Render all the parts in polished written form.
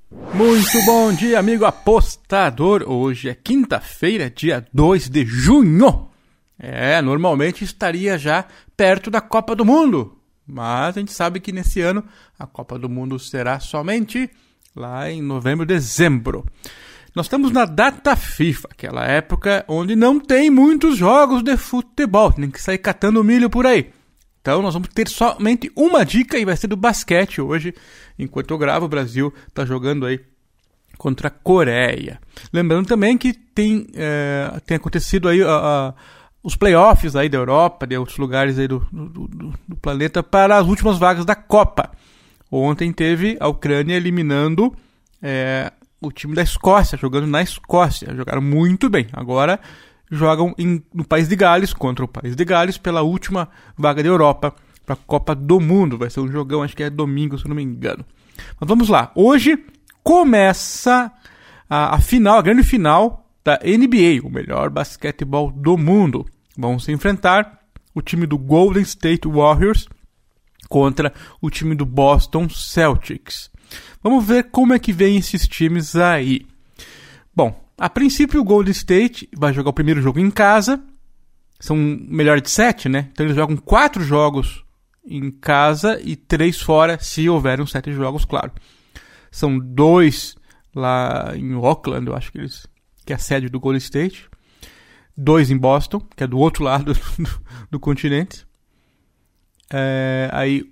Muito bom dia, amigo apostador. Hoje é quinta-feira, dia 2 de junho. Normalmente estaria já perto da Copa do Mundo. Mas a gente sabe que nesse ano a Copa do Mundo será somente lá em novembro, dezembro. Nós estamos na data FIFA, aquela época onde não tem muitos jogos de futebol. Tem que sair catando milho por aí. Então nós vamos ter somente uma dica e vai ser do basquete hoje. Enquanto eu gravo, o Brasil está jogando aí contra a Coreia. Lembrando também que tem acontecido aí os playoffs aí da Europa, de outros lugares aí do planeta, para as últimas vagas da Copa. Ontem teve a Ucrânia eliminando o time da Escócia, jogando na Escócia. Jogaram muito bem. Agora jogam no País de Gales, contra o País de Gales, pela última vaga da Europa para a Copa do Mundo. Vai ser um jogão, acho que é domingo, se eu não me engano. Mas vamos lá. Hoje começa a final, a grande final da NBA, o melhor basquetebol do mundo. Vão se enfrentar o time do Golden State Warriors contra o time do Boston Celtics. Vamos ver como é que vem esses times aí. Bom, a princípio o Golden State vai jogar o primeiro jogo em casa. São melhor de 7, né? Então eles jogam 4 jogos em casa e 3 fora, se houverem 7 jogos, claro. São 2 lá em Oakland, eu acho que é a sede do Golden State. 2 em Boston, que é do outro lado do continente. Aí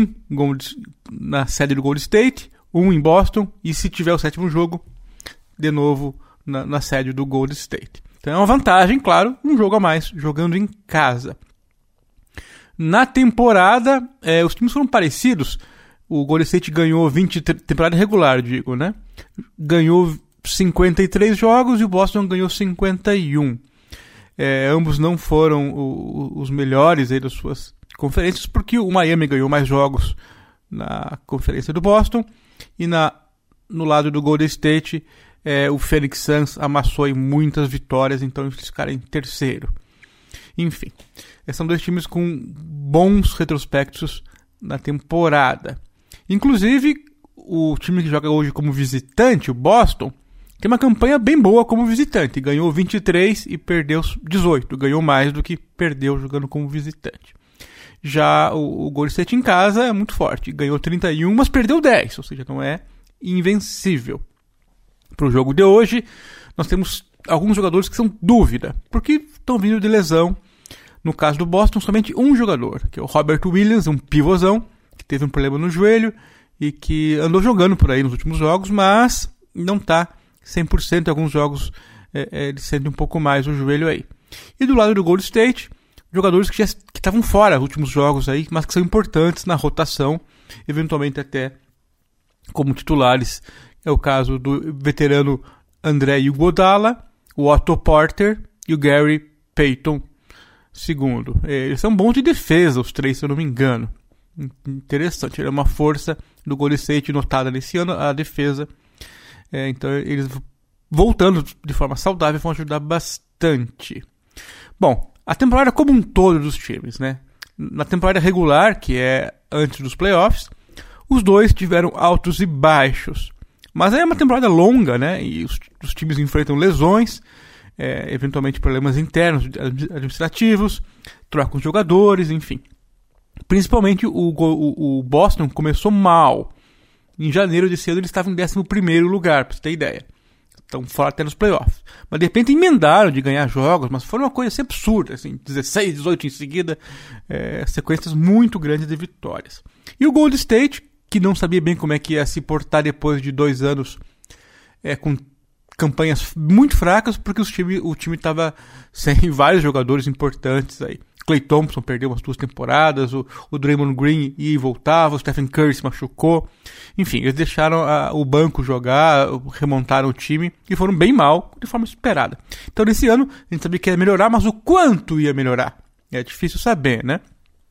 na sede do Golden State, 1 em Boston, e se tiver o 7º jogo, de novo na sede do Golden State. Então é uma vantagem, claro, um jogo a mais, jogando em casa. Na temporada, os times foram parecidos. O Golden State ganhou temporada regular, digo, né? Ganhou 53 jogos e o Boston ganhou 51. Ambos não foram os melhores aí das suas conferências, porque o Miami ganhou mais jogos na conferência do Boston e no lado do Golden State o Phoenix Suns amassou aí muitas vitórias, então eles ficaram em terceiro. Enfim, são 2 times com bons retrospectos na temporada. Inclusive, o time que joga hoje como visitante, o Boston, tem uma campanha bem boa como visitante. Ganhou 23 e perdeu 18. Ganhou mais do que perdeu jogando como visitante. Já o Golden State em casa é muito forte. Ganhou 31, mas perdeu 10. Ou seja, não é invencível. Para o jogo de hoje, nós temos alguns jogadores que são dúvida, porque estão vindo de lesão. No caso do Boston, somente um jogador, que é o Robert Williams, um pivôzão, que teve um problema no joelho e que andou jogando por aí nos últimos jogos, mas não está 100%. Em alguns jogos ele sente um pouco mais o joelho aí. E do lado do Golden State, jogadores que estavam fora nos últimos jogos aí, mas que são importantes na rotação, eventualmente até como titulares. É o caso do veterano André Iguodala, o Otto Porter e o Gary Payton II. Eles são bons de defesa, os 3, se eu não me engano. Interessante, ele é uma força do Golden State notada nesse ano, a defesa. Então eles voltando de forma saudável vão ajudar bastante. Bom, a temporada como um todo dos times, né? Na temporada regular, que é antes dos playoffs, os 2 tiveram altos e baixos. Mas é uma temporada longa, né? E os times enfrentam lesões, eventualmente problemas internos, administrativos, trocam jogadores, enfim. Principalmente o Boston começou mal. Em janeiro desse ano eles estavam em 11º lugar, para você ter ideia. Estão fora até nos playoffs. Mas de repente emendaram de ganhar jogos, mas foi uma coisa assim absurda, assim, 16, 18 em seguida, sequências muito grandes de vitórias. E o Golden State, que não sabia bem como é que ia se portar depois de 2 anos com campanhas muito fracas, porque o time estava sem vários jogadores importantes aí. Clay Thompson perdeu umas 2 temporadas, o Draymond Green ia e voltava, o Stephen Curry se machucou. Enfim, eles deixaram o banco jogar, remontaram o time e foram bem mal, de forma esperada. Então nesse ano a gente sabia que ia melhorar, mas o quanto ia melhorar? É difícil saber, né?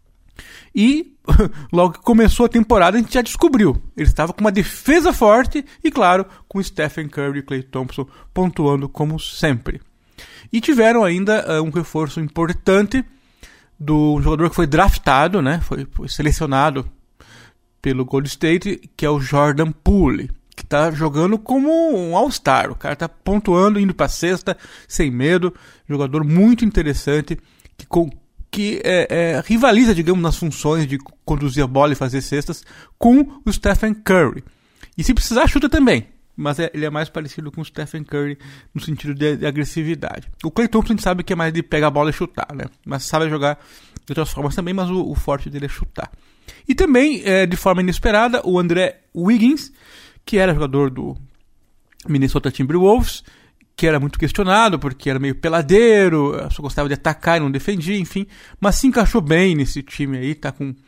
E logo que começou a temporada a gente já descobriu. Ele estava com uma defesa forte e, claro, com Stephen Curry e Clay Thompson pontuando como sempre. E tiveram ainda um reforço importante do jogador que foi draftado, né? Foi selecionado pelo Golden State, que é o Jordan Poole, que tá jogando como um All-Star. O cara tá pontuando, indo pra cesta, sem medo. Jogador muito interessante, que rivaliza, digamos, nas funções de conduzir a bola e fazer cestas com o Stephen Curry. E se precisar, chuta também. Mas ele é mais parecido com o Stephen Curry no sentido de agressividade. O Klay Thompson a gente sabe que é mais de pegar a bola e chutar, né? Mas sabe jogar de outras formas também, mas o forte dele é chutar. E também, de forma inesperada, o André Wiggins, que era jogador do Minnesota Timberwolves, que era muito questionado porque era meio peladeiro, só gostava de atacar e não defendia, enfim. Mas se encaixou bem nesse time aí, tá com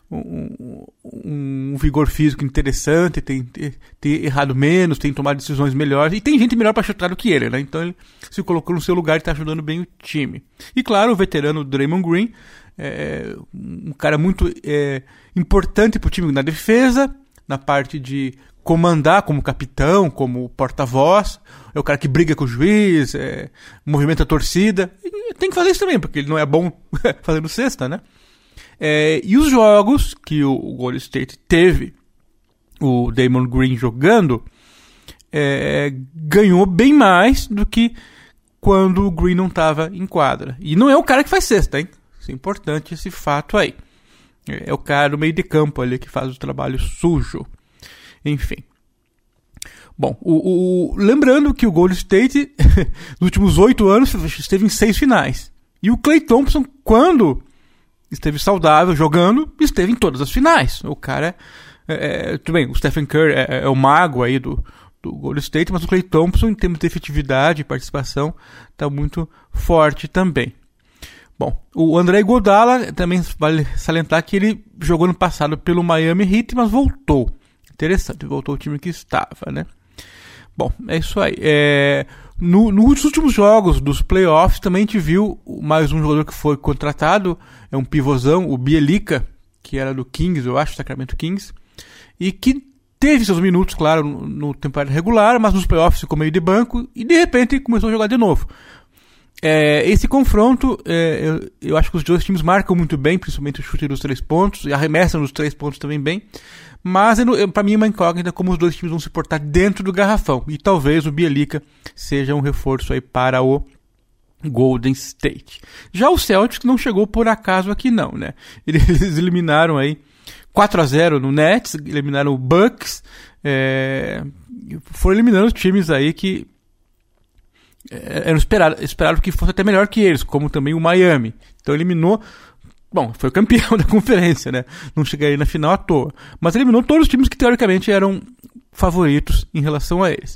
um vigor físico interessante, tem errado menos, tem tomado decisões melhores, e tem gente melhor para chutar do que ele, né? Então ele se colocou no seu lugar e está ajudando bem o time. E claro, o veterano Draymond Green, um cara muito importante para o time na defesa, na parte de comandar como capitão, como porta-voz, é o cara que briga com o juiz, movimenta a torcida, e tem que fazer isso também, porque ele não é bom fazendo cesta, né? E os jogos que o Golden State teve o Draymond Green jogando, ganhou bem mais do que quando o Green não estava em quadra. E não é o cara que faz cesta, hein? Isso é importante, esse fato aí. É o cara do meio de campo ali que faz o trabalho sujo. Enfim. Bom, lembrando que o Golden State, nos últimos 8 anos, esteve em 6 finais. E o Klay Thompson, quando esteve saudável, jogando, esteve em todas as finais. O cara, tudo bem, o Stephen Curry é o mago aí do Golden State, mas o Klay Thompson, em termos de efetividade e participação, está muito forte também. Bom, o André Iguodala, também vale salientar que ele jogou no passado pelo Miami Heat, mas voltou. Interessante, voltou ao time que estava, né? Bom, é isso aí. Nos últimos jogos dos playoffs também a gente viu mais um jogador que foi contratado, é um pivôzão, o Bjelica, que era do Kings, eu acho, Sacramento Kings, e que teve seus minutos, claro, no temporada regular, mas nos playoffs ficou meio de banco e de repente começou a jogar de novo. Esse confronto, eu acho que os dois times marcam muito bem, principalmente o chute dos 3 pontos, e arremessam nos 3 pontos também bem. Mas para mim é uma incógnita como os dois times vão se portar dentro do garrafão. E talvez o Bjelica seja um reforço aí para o Golden State. Já o Celtics não chegou por acaso aqui não, né? Eles eliminaram aí 4-0 no Nets, eliminaram o Bucks, foram eliminando os times aí que eram esperado que fosse até melhor que eles, como também o Miami. Então eliminou. Bom, foi o campeão da conferência, né? Não chegaria na final à toa. Mas eliminou todos os times que teoricamente eram favoritos em relação a eles.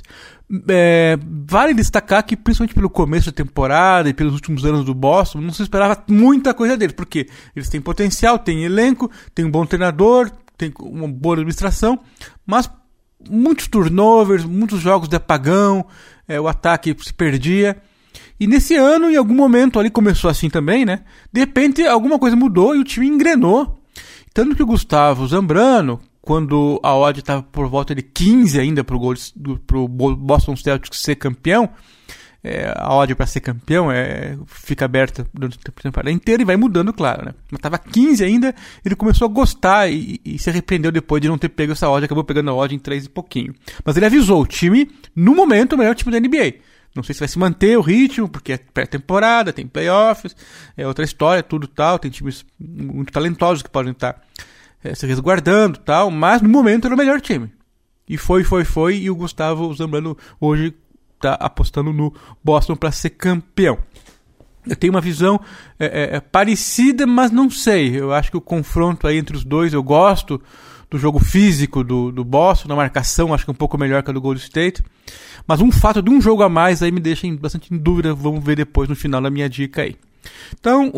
Vale destacar que, principalmente pelo começo da temporada e pelos últimos anos do Boston, não se esperava muita coisa deles, porque eles têm potencial, têm elenco, têm um bom treinador, têm uma boa administração, mas muitos turnovers, muitos jogos de apagão, o ataque se perdia. E nesse ano, em algum momento ali, começou assim também, né? De repente, alguma coisa mudou e o time engrenou. Tanto que o Gustavo Zambrano, quando a odd estava por volta de 15 ainda pro Boston Celtics ser campeão, a odd para ser campeão fica aberta durante a temporada inteira e vai mudando, claro, né? Mas estava 15 ainda, ele começou a gostar e se arrependeu depois de não ter pego essa odd, acabou pegando a odd em 3 e pouquinho. Mas ele avisou, o time, no momento, é o melhor time da NBA. Não sei se vai se manter o ritmo, porque é pré-temporada, tem playoffs, é outra história, tudo tal, tem times muito talentosos que podem estar se resguardando tal, mas no momento era o melhor time. E foi, e o Gustavo Zambrano hoje está apostando no Boston para ser campeão. Eu tenho uma visão parecida, mas não sei. Eu acho que o confronto aí entre os dois, eu gosto do jogo físico do Boston, na marcação, acho que é um pouco melhor que a do Golden State. Mas um fato de um jogo a mais aí me deixa bastante em dúvida, vamos ver depois no final da minha dica aí. Então,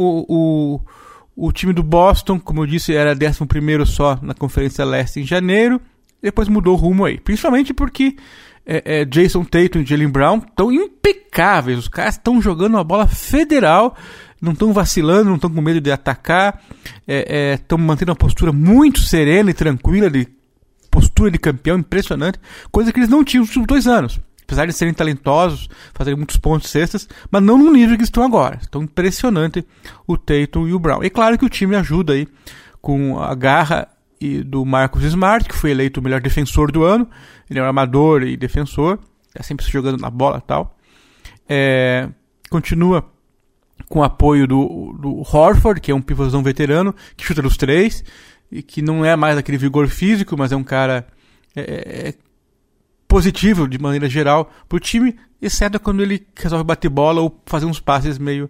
o time do Boston, como eu disse, era 11º só na Conferência Leste em janeiro, depois mudou o rumo aí. Principalmente porque Jason Tatum e Jaylen Brown estão impecáveis, os caras estão jogando uma bola federal, não estão vacilando, não estão com medo de atacar, estão mantendo uma postura muito serena e tranquila, de postura de campeão impressionante, coisa que eles não tinham nos últimos 2 anos. Apesar de serem talentosos, fazerem muitos pontos cestas, mas não no nível que estão agora. Estão impressionante o Tatum e o Brown. E claro que o time ajuda aí com a garra e do Marcus Smart, que foi eleito o melhor defensor do ano. Ele é um armador e defensor, tá sempre jogando na bola e tal. Continua com o apoio do Horford, que é um pivôzão veterano, que chuta dos 3, e que não é mais aquele vigor físico, mas é um cara positivo de maneira geral pro time, exceto quando ele resolve bater bola ou fazer uns passes meio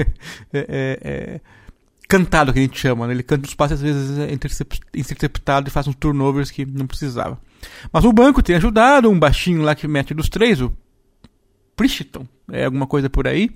cantado, que a gente chama, né? Ele canta uns passes, às vezes é interceptado e faz uns turnovers que não precisava. Mas o banco tem ajudado, um baixinho lá que mete dos 3, o Pritchton, alguma coisa por aí,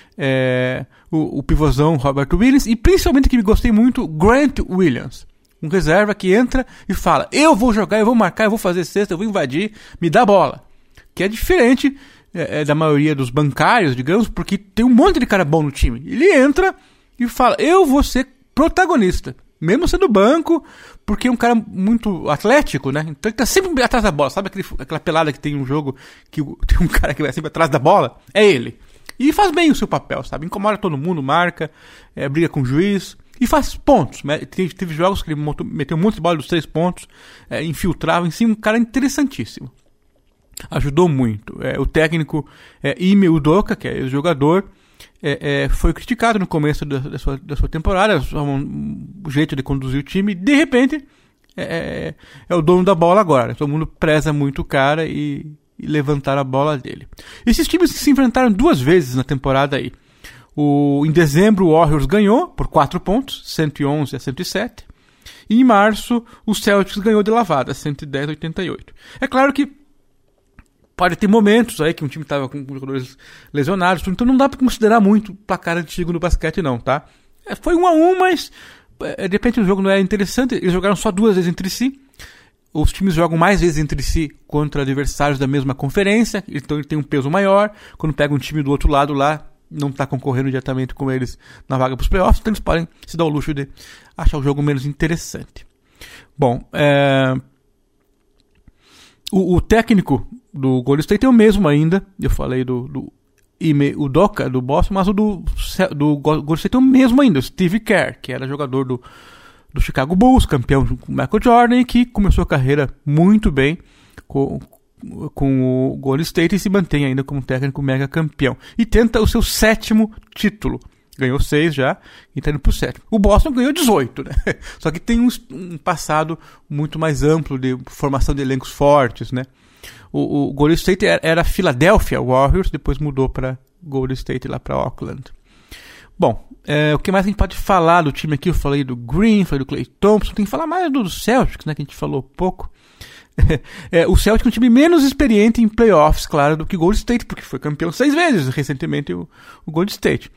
o pivôzão Robert Williams, e principalmente que me gostei muito, Grant Williams, um reserva que entra e fala: eu vou jogar, eu vou marcar, eu vou fazer cesta, eu vou invadir, me dá bola. Que é diferente da maioria dos bancários, digamos, porque tem um monte de cara bom no time. Ele entra e fala: eu vou ser protagonista, mesmo sendo banco, porque é um cara muito atlético, né? Então ele tá sempre atrás da bola. Sabe aquela pelada que tem um jogo que tem um cara que vai sempre atrás da bola? É ele. E faz bem o seu papel, sabe? Incomoda todo mundo, marca, briga com o juiz e faz pontos. Teve jogos que ele meteu um monte de bola dos 3 pontos, infiltrava em si, um cara interessantíssimo. Ajudou muito. O técnico Ime Udoka, que é o jogador, foi criticado no começo da sua temporada, o jeito de conduzir o time. De repente, é o dono da bola agora. Todo mundo preza muito o cara e levantaram a bola dele. Esses times se enfrentaram 2 vezes na temporada aí. Em dezembro, o Warriors ganhou por 4 pontos, 111 a 107. E em março, o Celtics ganhou de lavada, 110 a 88. É claro que pode ter momentos aí que um time estava com jogadores lesionados, então não dá para considerar muito placar antigo no basquete não, tá? Foi 1-1, mas de repente o jogo não era interessante. Eles jogaram só 2 vezes entre si. Os times jogam mais vezes entre si contra adversários da mesma conferência, então ele tem um peso maior. Quando pega um time do outro lado lá, não está concorrendo diretamente com eles na vaga para os playoffs, então eles podem se dar o luxo de achar o jogo menos interessante. Bom, o técnico do Golden State é o mesmo ainda. Eu falei do Ime Udoka, do Boston, mas o do Golden State é o mesmo ainda, o Steve Kerr, que era jogador do Chicago Bulls, campeão com o Michael Jordan, e que começou a carreira muito bem com o Golden State e se mantém ainda como técnico mega campeão. E tenta o seu 7º título. Ganhou 6 já e está indo pro 7º. O Boston ganhou 18, né? Só que tem um passado muito mais amplo de formação de elencos fortes, né? O Golden State era Philadelphia Warriors, depois mudou para Golden State lá para Oakland. Bom, o que mais a gente pode falar do time aqui? Eu falei do Green, falei do Klay Thompson, tem que falar mais do Celtics, né, que a gente falou pouco. O Celtics é um time menos experiente em playoffs, claro, do que o Golden State, porque foi campeão 6 vezes recentemente o Golden State.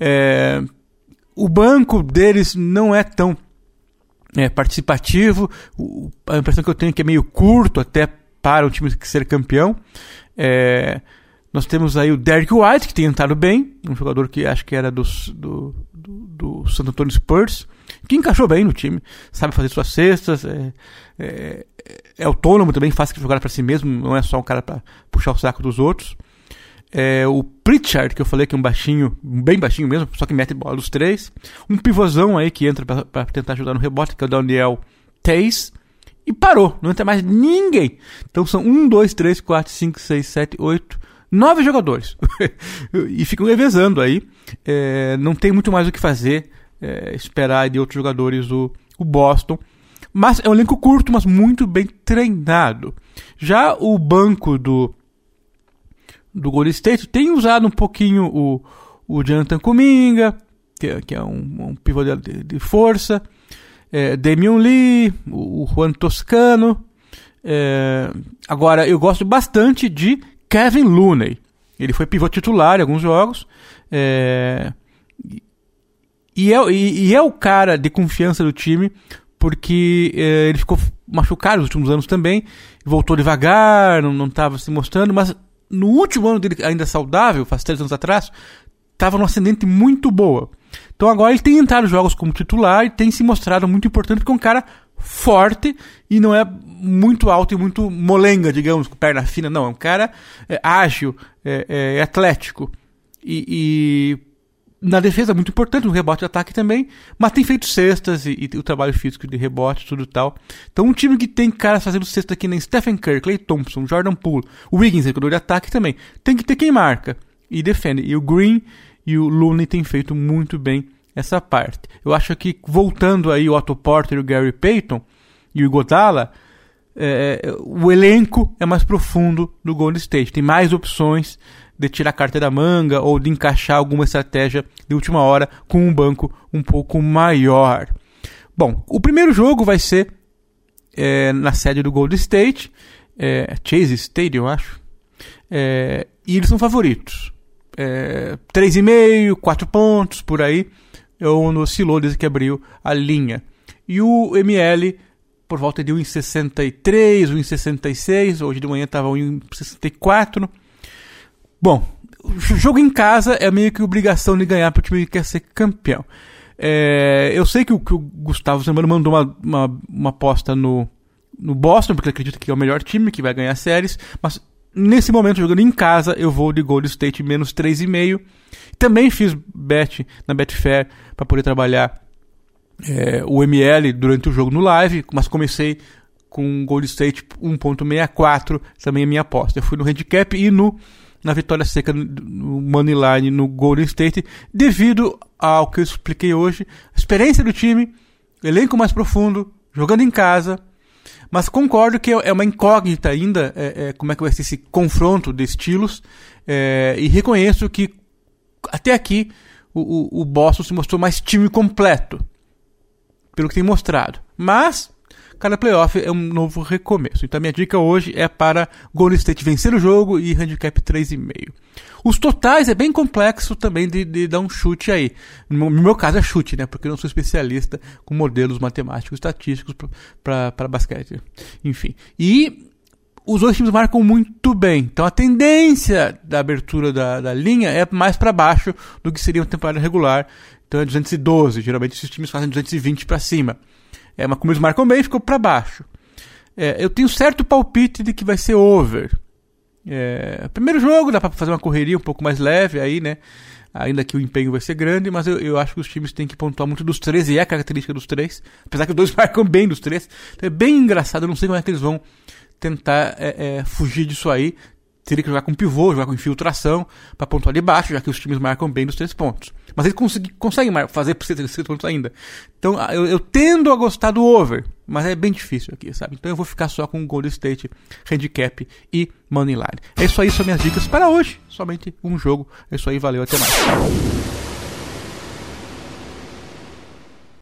O banco deles não é tão participativo, a impressão que eu tenho é que é meio curto até para o time ser campeão. Nós temos aí o Derrick White, que tem entrado bem, um jogador que acho que era do San Antonio Spurs, que encaixou bem no time, sabe fazer suas cestas, é autônomo também, faz jogar para si mesmo, não é só um cara para puxar o saco dos outros. O Pritchard, que eu falei que é um baixinho, bem baixinho mesmo, só que mete bola dos 3. Um pivôzão aí que entra para tentar ajudar no rebote, que é o Daniel Theis. E parou, não entra mais ninguém. Então são 1, 2, 3, 4, 5, 6, 7, 8, 9 jogadores. E ficam revezando aí. Não tem muito mais o que fazer. Esperar de outros jogadores o Boston. Mas é um elenco curto, mas muito bem treinado. Já o banco do Golden State tem usado um pouquinho o Jonathan Kuminga, que é um pivô de força. Damian Lee, o Juan Toscano. Agora, eu gosto bastante de Kevin Looney. Ele foi pivô titular em alguns jogos. E é o cara de confiança do time, porque ele ficou machucado nos últimos anos também. Voltou devagar, não estava se mostrando, mas no último ano dele, ainda saudável, faz 3 anos atrás, estava numa ascendente muito boa. Então agora ele tem entrado em jogos como titular e tem se mostrado muito importante, porque é um cara forte e não é muito alto e muito molenga, digamos, com perna fina, não. É um cara ágil, atlético. E na defesa muito importante, no rebote e ataque também, mas tem feito cestas e o trabalho físico de rebote, tudo e tal. Então um time que tem caras fazendo cesta aqui nem Stephen Curry, Klay Thompson, Jordan Poole, o Wiggins, jogador de ataque também, tem que ter quem marca e defende. E o Green e o Looney têm feito muito bem essa parte. Eu acho que, voltando aí o Otto Porter, o Gary Payton e o Iguodala, o elenco é mais profundo do Golden State. Tem mais opções de tirar a carta da manga ou de encaixar alguma estratégia de última hora com um banco um pouco maior. Bom, o primeiro jogo vai ser na sede do Golden State, Chase Stadium, eu acho, e eles são favoritos. 3,5, 4 pontos, por aí, onde oscilou desde que abriu a linha. E o ML por volta de 1,63, 1,66, hoje de manhã estava 1,64. Bom, o jogo em casa é meio que obrigação de ganhar para o time que quer ser campeão. Eu sei que o Gustavo Zambrano mandou uma aposta no Boston, porque ele acredita que é o melhor time, que vai ganhar séries, mas nesse momento, jogando em casa, eu vou de Golden State menos 3,5. Também fiz bet na Betfair para poder trabalhar o ML durante o jogo no live, mas comecei com Golden State 1,64, também é minha aposta. Eu fui no handicap e na vitória seca no Moneyline no Golden State, devido ao que eu expliquei hoje, a experiência do time, elenco mais profundo, jogando em casa, mas concordo que é uma incógnita ainda como é que vai ser esse confronto de estilos, e reconheço que até aqui o Boston se mostrou mais time completo, pelo que tem mostrado, mas cada playoff é um novo recomeço. Então a minha dica hoje é para Golden State vencer o jogo e handicap 3,5. Os totais é bem complexo também de dar um chute aí. No meu caso é chute, né? Porque eu não sou especialista com modelos matemáticos, estatísticos para basquete. Enfim. E os dois times marcam muito bem. Então a tendência da abertura da linha é mais para baixo do que seria uma temporada regular. Então é 212. Geralmente esses times fazem 220 para cima. Mas como eles marcam bem, ficou para baixo. Eu tenho certo palpite de que vai ser over. Primeiro jogo, dá para fazer uma correria um pouco mais leve aí, né? Ainda que o empenho vai ser grande, mas eu acho que os times têm que pontuar muito dos três, e é a característica dos três. Apesar que os dois marcam bem dos três. Então é bem engraçado, eu não sei como é que eles vão tentar fugir disso aí. Teria que jogar com pivô, jogar com infiltração para pontuar de baixo, já que os times marcam bem dos 3 pontos. Mas eles conseguem fazer por 3 pontos ainda. Então eu tendo a gostar do over, mas é bem difícil aqui, sabe? Então eu vou ficar só com Golden State, handicap e Moneyline. É isso aí, são minhas dicas para hoje. Somente um jogo. É isso aí, valeu, até mais.